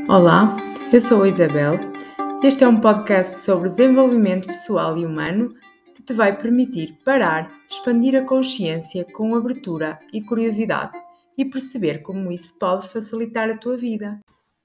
Olá, eu sou a Isabel. Este é um podcast sobre desenvolvimento pessoal e humano que te vai permitir parar, expandir a consciência com abertura e curiosidade e perceber como isso pode facilitar a tua vida.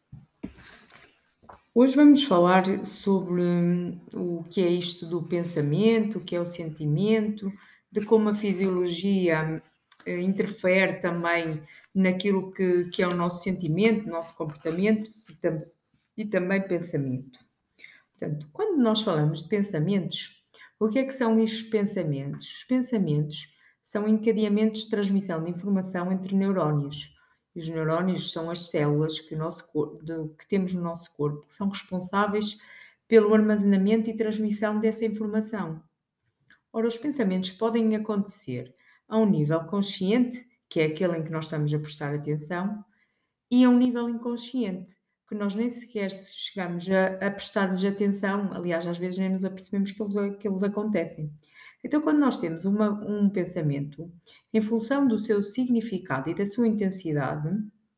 Hoje vamos falar sobre o que é isto do pensamento, o que é o sentimento, de como a fisiologia interfere também naquilo que é o nosso sentimento, nosso comportamento e também pensamento. Portanto, quando nós falamos de pensamentos, o que é que são estes pensamentos? Os pensamentos são encadeamentos de transmissão de informação entre neurónios. E os neurónios são as células que temos no nosso corpo, que são responsáveis pelo armazenamento e transmissão dessa informação. Ora, os pensamentos podem acontecer a um nível consciente, que é aquele em que nós estamos a prestar atenção, e a um nível inconsciente, que nós nem sequer chegamos a prestar-lhes atenção, aliás, às vezes nem nos apercebemos que eles acontecem. Então, quando nós temos um pensamento, em função do seu significado e da sua intensidade,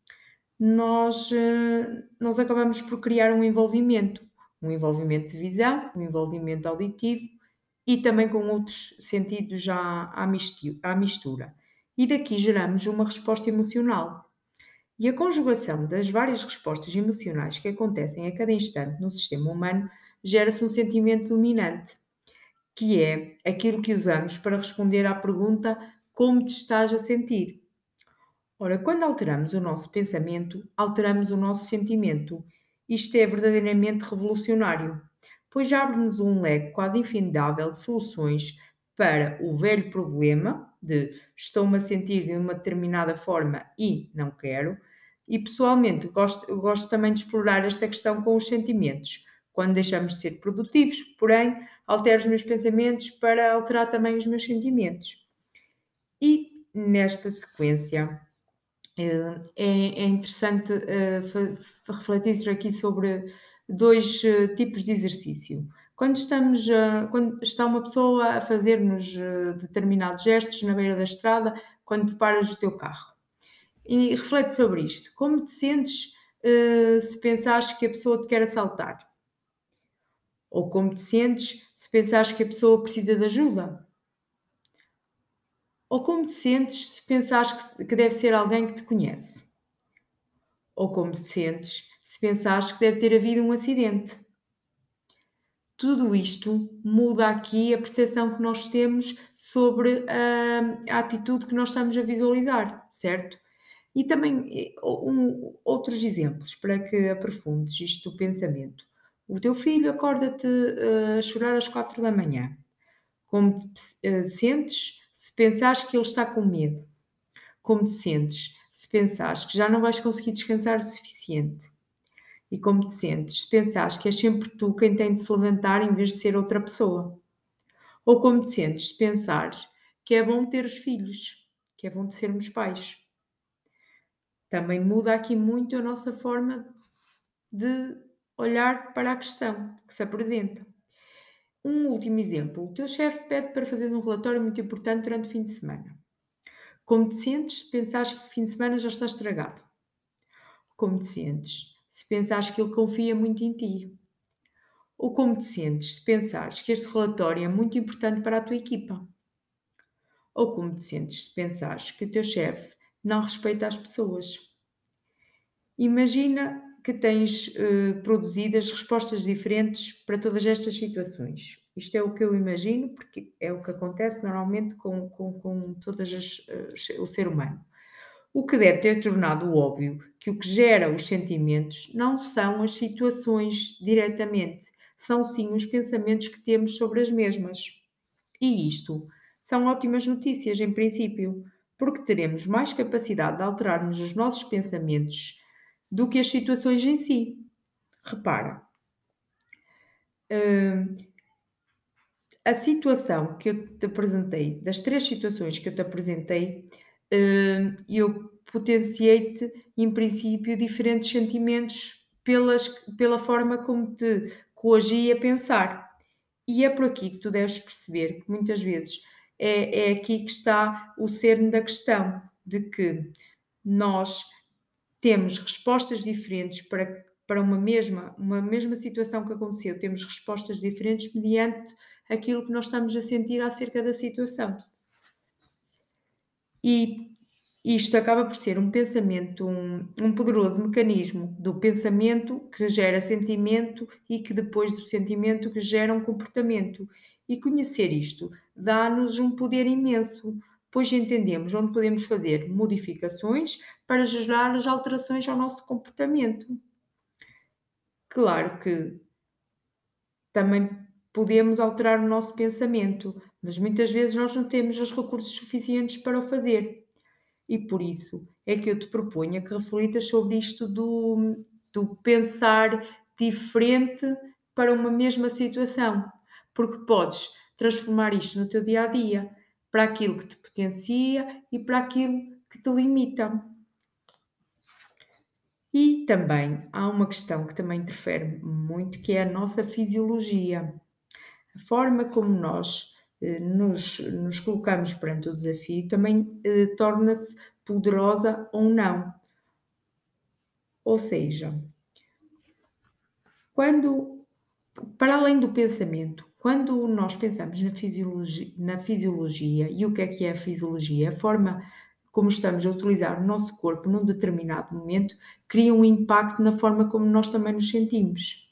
nós acabamos por criar um envolvimento de visão, um envolvimento auditivo e também com outros sentidos já à mistura. E daqui geramos uma resposta emocional. E a conjugação das várias respostas emocionais que acontecem a cada instante no sistema humano gera-se um sentimento dominante, que é aquilo que usamos para responder à pergunta como te estás a sentir. Ora, quando alteramos o nosso pensamento, alteramos o nosso sentimento. Isto é verdadeiramente revolucionário, pois abre-nos um leque quase infindável de soluções para o velho problema de estou-me a sentir de uma determinada forma e não quero. E pessoalmente gosto também de explorar esta questão com os sentimentos. Quando deixamos de ser produtivos, porém, altero os meus pensamentos para alterar também os meus sentimentos. E nesta sequência, é interessante refletir aqui sobre dois tipos de exercício. Quando está uma pessoa a fazer-nos determinados gestos na beira da estrada, quando te paras o teu carro. E reflete sobre isto. Como te sentes se pensares que a pessoa te quer assaltar? Ou como te sentes se pensares que a pessoa precisa de ajuda? Ou como te sentes se pensares que deve ser alguém que te conhece? Ou como te sentes se pensares que deve ter havido um acidente? Tudo isto muda aqui a percepção que nós temos sobre a atitude que nós estamos a visualizar, certo? E também outros exemplos para que aprofundes isto do pensamento. O teu filho acorda-te a chorar às 4 da manhã. Como te sentes se pensares que ele está com medo? Como te sentes se pensares que já não vais conseguir descansar o suficiente? E como te sentes se pensares que és sempre tu quem tem de se levantar em vez de ser outra pessoa? Ou como te sentes se pensares que é bom ter os filhos, que é bom de sermos pais? Também muda aqui muito a nossa forma de olhar para a questão que se apresenta. Um último exemplo. O teu chefe pede para fazeres um relatório muito importante durante o fim de semana. Como te sentes se pensares que o fim de semana já está estragado? Como te sentes se pensares que ele confia muito em ti? Ou como te sentes se pensares que este relatório é muito importante para a tua equipa? Ou como te sentes se pensares que o teu chefe não respeita as pessoas? Imagina que tens produzido as respostas diferentes para todas estas situações. Isto é o que eu imagino, porque é o que acontece normalmente com o ser humano. O que deve ter tornado óbvio que o que gera os sentimentos não são as situações diretamente, são sim os pensamentos que temos sobre as mesmas. E isto são ótimas notícias, em princípio, porque teremos mais capacidade de alterarmos os nossos pensamentos do que as situações em si. Repara, hum, a situação que eu te apresentei, das 3 situações que eu te apresentei, eu potenciei-te, em princípio, diferentes sentimentos pela forma como te coagi a pensar. E é por aqui que tu deves perceber que muitas vezes é aqui que está o cerne da questão, de que nós temos respostas diferentes para para uma mesma situação que aconteceu, temos respostas diferentes mediante aquilo que nós estamos a sentir acerca da situação. E isto acaba por ser um pensamento, um poderoso mecanismo do pensamento que gera sentimento e que depois do sentimento que gera um comportamento. E conhecer isto dá-nos um poder imenso, pois entendemos onde podemos fazer modificações para gerar as alterações ao nosso comportamento. Claro que também podemos alterar o nosso pensamento, mas muitas vezes nós não temos os recursos suficientes para o fazer. E por isso é que eu te proponho que reflitas sobre isto do pensar diferente para uma mesma situação, porque podes transformar isto no teu dia a dia, para aquilo que te potencia e para aquilo que te limita. E também há uma questão que também interfere muito, que é a nossa fisiologia. A forma como nós nos colocamos perante o desafio também torna-se poderosa ou não. Ou seja, quando, para além do pensamento, quando nós pensamos na fisiologia, e o que é a fisiologia? A forma como estamos a utilizar o nosso corpo num determinado momento cria um impacto na forma como nós também nos sentimos.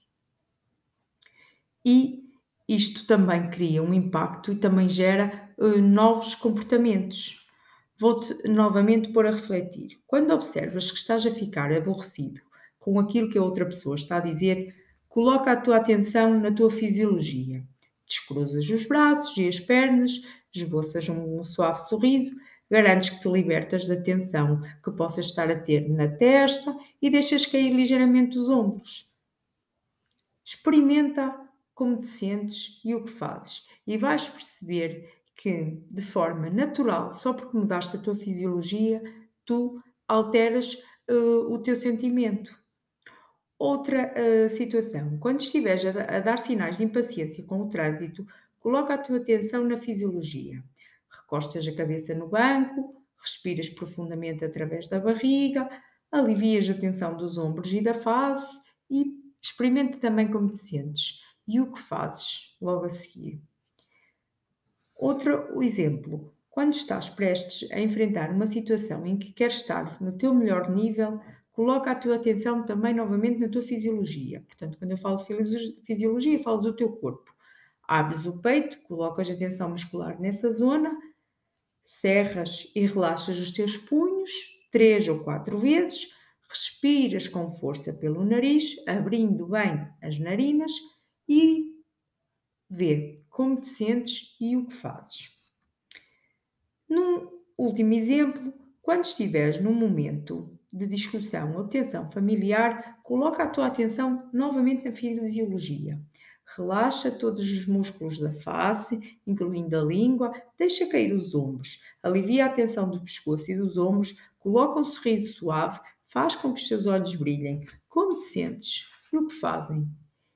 E isto também cria um impacto e também gera novos comportamentos. Vou-te novamente pôr a refletir. Quando observas que estás a ficar aborrecido com aquilo que a outra pessoa está a dizer, coloca a tua atenção na tua fisiologia. Descruzas os braços e as pernas, esboças um suave sorriso, garantes que te libertas da tensão que possas estar a ter na testa e deixas cair ligeiramente os ombros. Experimenta como te sentes e o que fazes, e vais perceber que, de forma natural, só porque mudaste a tua fisiologia, tu alteras o teu sentimento. Outra situação, quando estiveres a dar sinais de impaciência com o trânsito, coloca a tua atenção na fisiologia. Recostas a cabeça no banco, respiras profundamente através da barriga, alivias a tensão dos ombros e da face e experimenta também como te sentes e o que fazes logo a seguir. Outro exemplo, quando estás prestes a enfrentar uma situação em que queres estar no teu melhor nível, coloca a tua atenção também novamente na tua fisiologia. Portanto, quando eu falo de fisiologia, falo do teu corpo. Abres o peito, colocas a tensão muscular nessa zona, cerras e relaxas os teus punhos 3 ou 4 vezes, respiras com força pelo nariz, abrindo bem as narinas e vê como te sentes e o que fazes. Num último exemplo, quando estiveres num momento de discussão ou tensão familiar, coloca a tua atenção novamente na fisiologia. Relaxa todos os músculos da face, incluindo a língua, deixa cair os ombros, alivia a tensão do pescoço e dos ombros, coloca um sorriso suave, faz com que os teus olhos brilhem. Como te sentes? E o que fazem?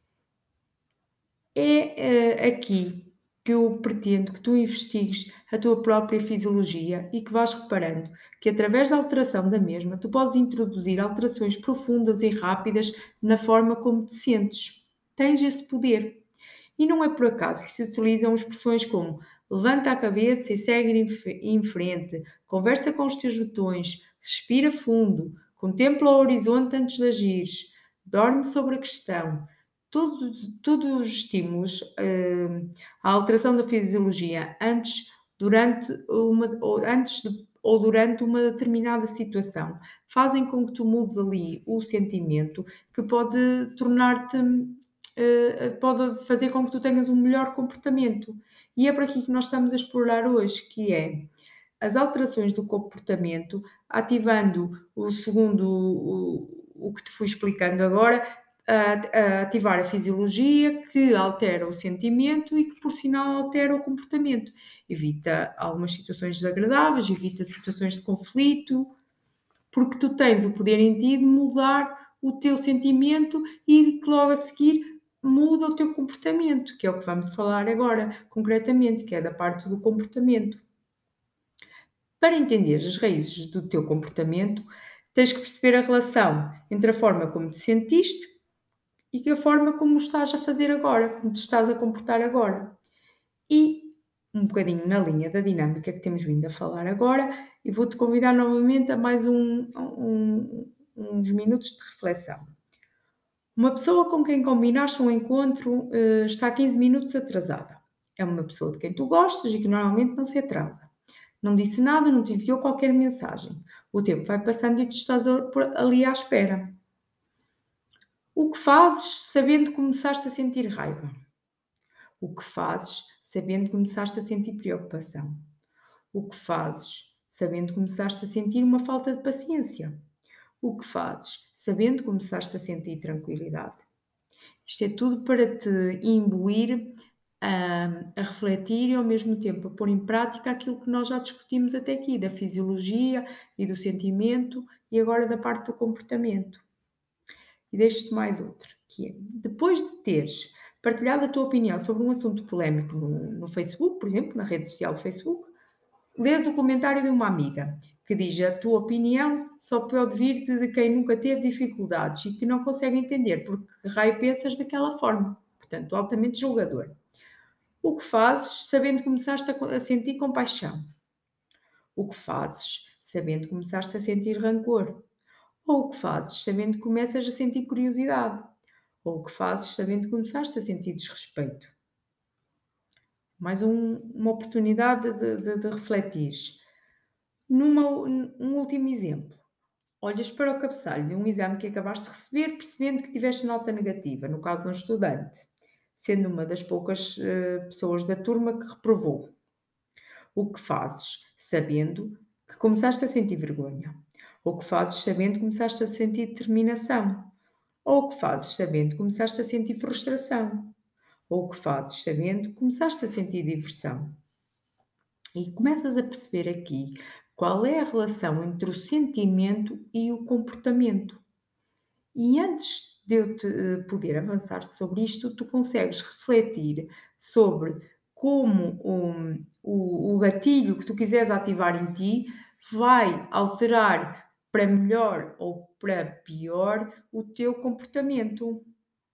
É aqui que eu pretendo que tu investigues a tua própria fisiologia e que vais reparando que através da alteração da mesma tu podes introduzir alterações profundas e rápidas na forma como te sentes. Tens esse poder. E não é por acaso que se utilizam expressões como levanta a cabeça e segue em frente, conversa com os teus botões, respira fundo, contempla o horizonte antes de agires, dorme sobre a questão. Todos os estímulos, a alteração da fisiologia antes, durante ou durante uma determinada situação, fazem com que tu mudes ali o sentimento que pode tornar-te, pode fazer com que tu tenhas um melhor comportamento. E é por aqui que nós estamos a explorar hoje, que é as alterações do comportamento, ativando o segundo, o que te fui explicando agora, a ativar a fisiologia, que altera o sentimento e que, por sinal, altera o comportamento. Evita algumas situações desagradáveis, evita situações de conflito, porque tu tens o poder em ti de mudar o teu sentimento e que logo a seguir muda o teu comportamento, que é o que vamos falar agora, concretamente, que é da parte do comportamento. Para entender as raízes do teu comportamento, Tens que perceber a relação entre a forma como te sentiste e a forma como estás a fazer agora, como te estás a comportar agora. E um bocadinho na linha da dinâmica que temos vindo a falar agora, e vou-te convidar novamente a mais uns minutos de reflexão. Uma pessoa com quem combinaste um encontro está 15 minutos atrasada. É uma pessoa de quem tu gostas e que normalmente não se atrasa. Não disse nada, não te enviou qualquer mensagem. O tempo vai passando e tu estás ali à espera. O que fazes sabendo que começaste a sentir raiva? O que fazes sabendo que começaste a sentir preocupação? O que fazes sabendo que começaste a sentir uma falta de paciência? O que fazes sabendo que começaste a sentir tranquilidade? Isto é tudo para te imbuir a refletir e ao mesmo tempo a pôr em prática aquilo que nós já discutimos até aqui, da fisiologia e do sentimento e agora da parte do comportamento. E deixo-te mais outra, que é, depois de teres partilhado a tua opinião sobre um assunto polémico no Facebook, por exemplo, na rede social Facebook, lês o comentário de uma amiga que diz a tua opinião só pode vir de quem nunca teve dificuldades e que não consegue entender porque raio pensas daquela forma. Portanto, altamente julgador. O que fazes sabendo que começaste a sentir compaixão? O que fazes sabendo que começaste a sentir rancor? Ou o que fazes sabendo que começas a sentir curiosidade? Ou o que fazes sabendo que começaste a sentir desrespeito? Mais uma oportunidade de refletir. Um último exemplo. Olhas para o cabeçalho de um exame que acabaste de receber, percebendo que tiveste nota negativa, no caso de um estudante, sendo uma das poucas pessoas da turma que reprovou. O que fazes sabendo que começaste a sentir vergonha? Ou o que fazes sabendo que começaste a sentir determinação? Ou o que fazes sabendo que começaste a sentir frustração? Ou o que fazes sabendo que começaste a sentir diversão? E começas a perceber aqui qual é a relação entre o sentimento e o comportamento. E antes de eu te poder avançar sobre isto, tu consegues refletir sobre como o gatilho que tu quiseres ativar em ti vai alterar para melhor ou para pior o teu comportamento.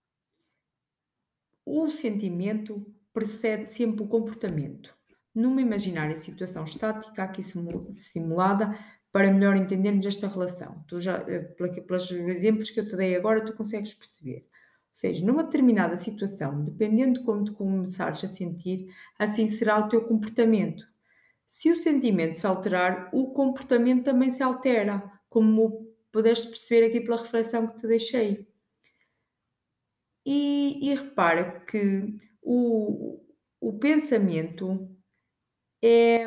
O sentimento precede sempre o comportamento. Numa imaginária situação estática aqui simulada para melhor entendermos esta relação. Tu já, pelos exemplos que eu te dei agora, tu consegues perceber. Ou seja, numa determinada situação, dependendo de como tu começares a sentir, assim será o teu comportamento. Se o sentimento se alterar, o comportamento também se altera, como pudeste perceber aqui pela reflexão que te deixei. E repara que o pensamento é,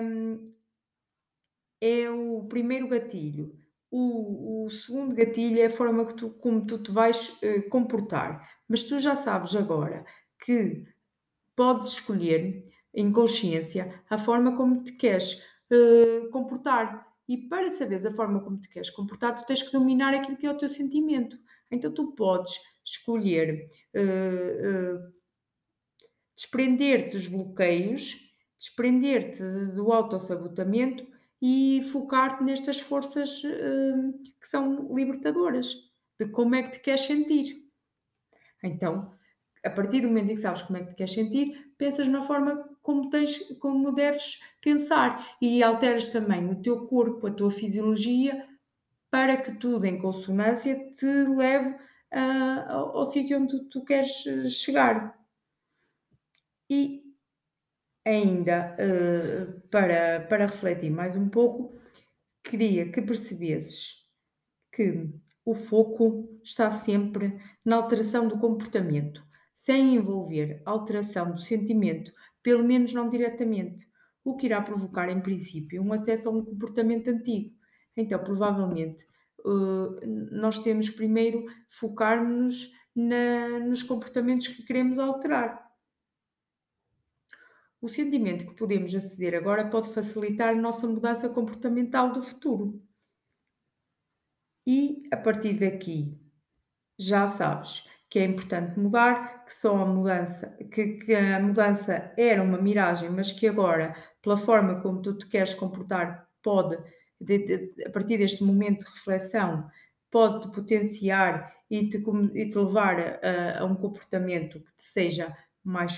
é o primeiro gatilho. O segundo gatilho é a forma como tu te vais comportar. Mas tu já sabes agora que podes escolher em consciência a forma como te queres comportar. E para saberes a forma como te queres comportar, tu tens que dominar aquilo que é o teu sentimento. Então tu podes escolher desprender-te dos bloqueios, desprender-te do autossabotamento e focar-te nestas forças que são libertadoras, de como é que te queres sentir. Então, a partir do momento em que sabes como é que te queres sentir, pensas na forma como deves pensar e alteras também o teu corpo, a tua fisiologia, para que tudo em consonância te leve ao sítio onde tu queres chegar. E ainda para refletir mais um pouco, queria que percebesses que o foco está sempre na alteração do comportamento, sem envolver alteração do sentimento, pelo menos não diretamente, o que irá provocar, em princípio, um acesso a um comportamento antigo. Então, provavelmente, nós temos primeiro focar-nos nos comportamentos que queremos alterar. O sentimento que podemos aceder agora pode facilitar a nossa mudança comportamental do futuro. E a partir daqui, já sabes que é importante mudar, que só a mudança, que a mudança era uma miragem, mas que agora, pela forma como tu te queres comportar, pode a partir deste momento de reflexão, pode-te potenciar e te levar a um comportamento que te seja mais,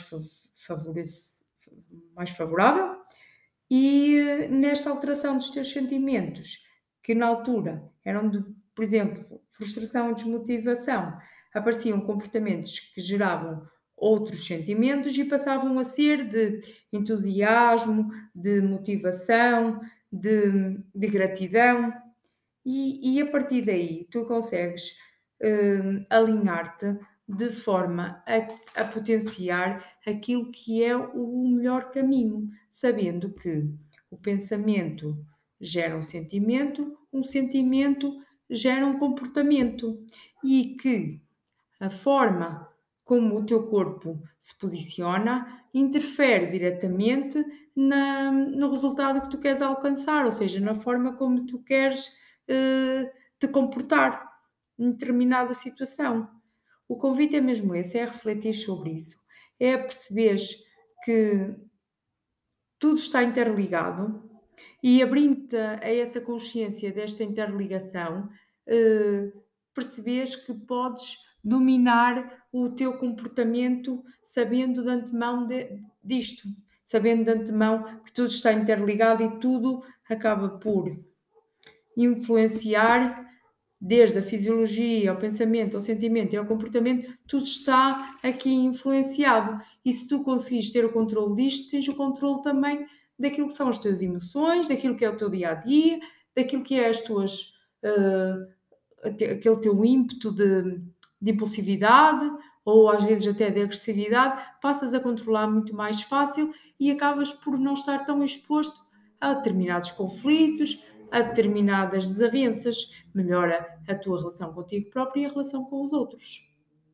mais favorável. E nesta alteração dos teus sentimentos, que na altura eram de, por exemplo, frustração e desmotivação, apareciam comportamentos que geravam outros sentimentos e passavam a ser de entusiasmo, de motivação, de gratidão, e a partir daí tu consegues alinhar-te de forma a potenciar aquilo que é o melhor caminho, sabendo que o pensamento gera um sentimento gera um comportamento e que a forma como o teu corpo se posiciona interfere diretamente no resultado que tu queres alcançar, ou seja, na forma como tu queres te comportar em determinada situação. O convite é mesmo esse, é refletir sobre isso, é perceberes que tudo está interligado e abrindo-te a essa consciência desta interligação, eh, percebes que podes dominar o teu comportamento sabendo de antemão disto, sabendo de antemão que tudo está interligado e tudo acaba por influenciar desde a fisiologia, ao pensamento, ao sentimento e ao comportamento, tudo está aqui influenciado. E se tu conseguires ter o controle disto, tens o controle também daquilo que são as tuas emoções, daquilo que é o teu dia a dia, daquilo que é as tuas, aquele teu ímpeto de impulsividade ou às vezes até de agressividade, passas a controlar muito mais fácil e acabas por não estar tão exposto a determinados conflitos, a determinadas desavenças, melhora a tua relação contigo próprio e a relação com os outros.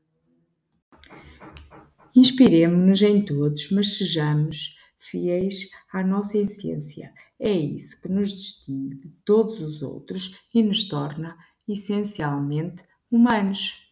Inspiremo-nos em todos, mas sejamos fiéis à nossa essência. É isso que nos distingue de todos os outros e nos torna essencialmente humanos.